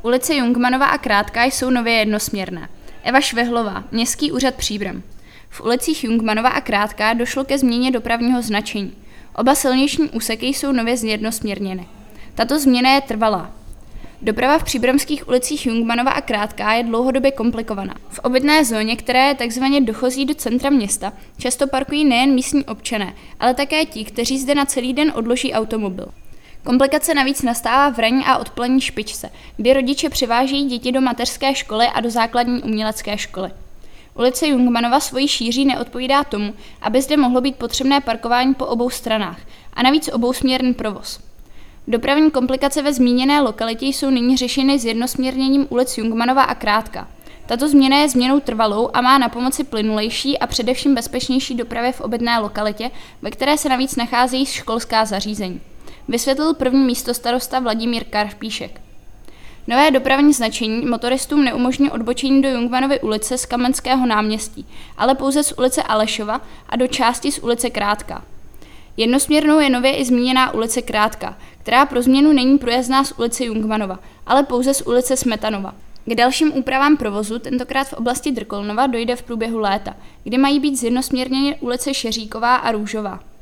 Ulice Jungmannova a Krátká jsou nově jednosměrné. Eva Švehlová, Městský úřad Příbram. V ulicích Jungmannova a Krátká došlo ke změně dopravního značení. Oba silniční úseky jsou nově zjednosměrněny. Tato změna je trvalá. Doprava v příbramských ulicích Jungmannova a Krátká je dlouhodobě komplikovaná. V obytné zóně, která je takzvaně dochozí do centra města, často parkují nejen místní občané, ale také ti, kteří zde na celý den odloží automobil. Komplikace navíc nastává v ranní a odpolední špičce, kdy rodiče přivážejí děti do mateřské školy a do základní umělecké školy. Ulice Jungmannova svojí šíří neodpovídá tomu, aby zde mohlo být potřebné parkování po obou stranách a navíc obousměrný provoz. Dopravní komplikace ve zmíněné lokalitě jsou nyní řešeny zjednosměrněním ulic Jungmannova a Krátká. Tato změna je změnou trvalou a má na pomoci plynulejší a především bezpečnější dopravě v obytné lokalitě, ve které se navíc nacházejí školská zařízení, vysvětlil první místostarosta Vladimír Karpíšek. Nové dopravní značení motoristům neumožní odbočení do Jungmannovy ulice z Kamenského náměstí, ale pouze z ulice Alešova a do části z ulice Krátká. Jednosměrnou je nově i zmíněná ulice Krátká, která pro změnu není průjezdná z ulice Jungmannova, ale pouze z ulice Smetanova. K dalším úpravám provozu, tentokrát v oblasti Drkolnova, dojde v průběhu léta, kdy mají být zjednosměrněny ulice Šeříková a Růžová.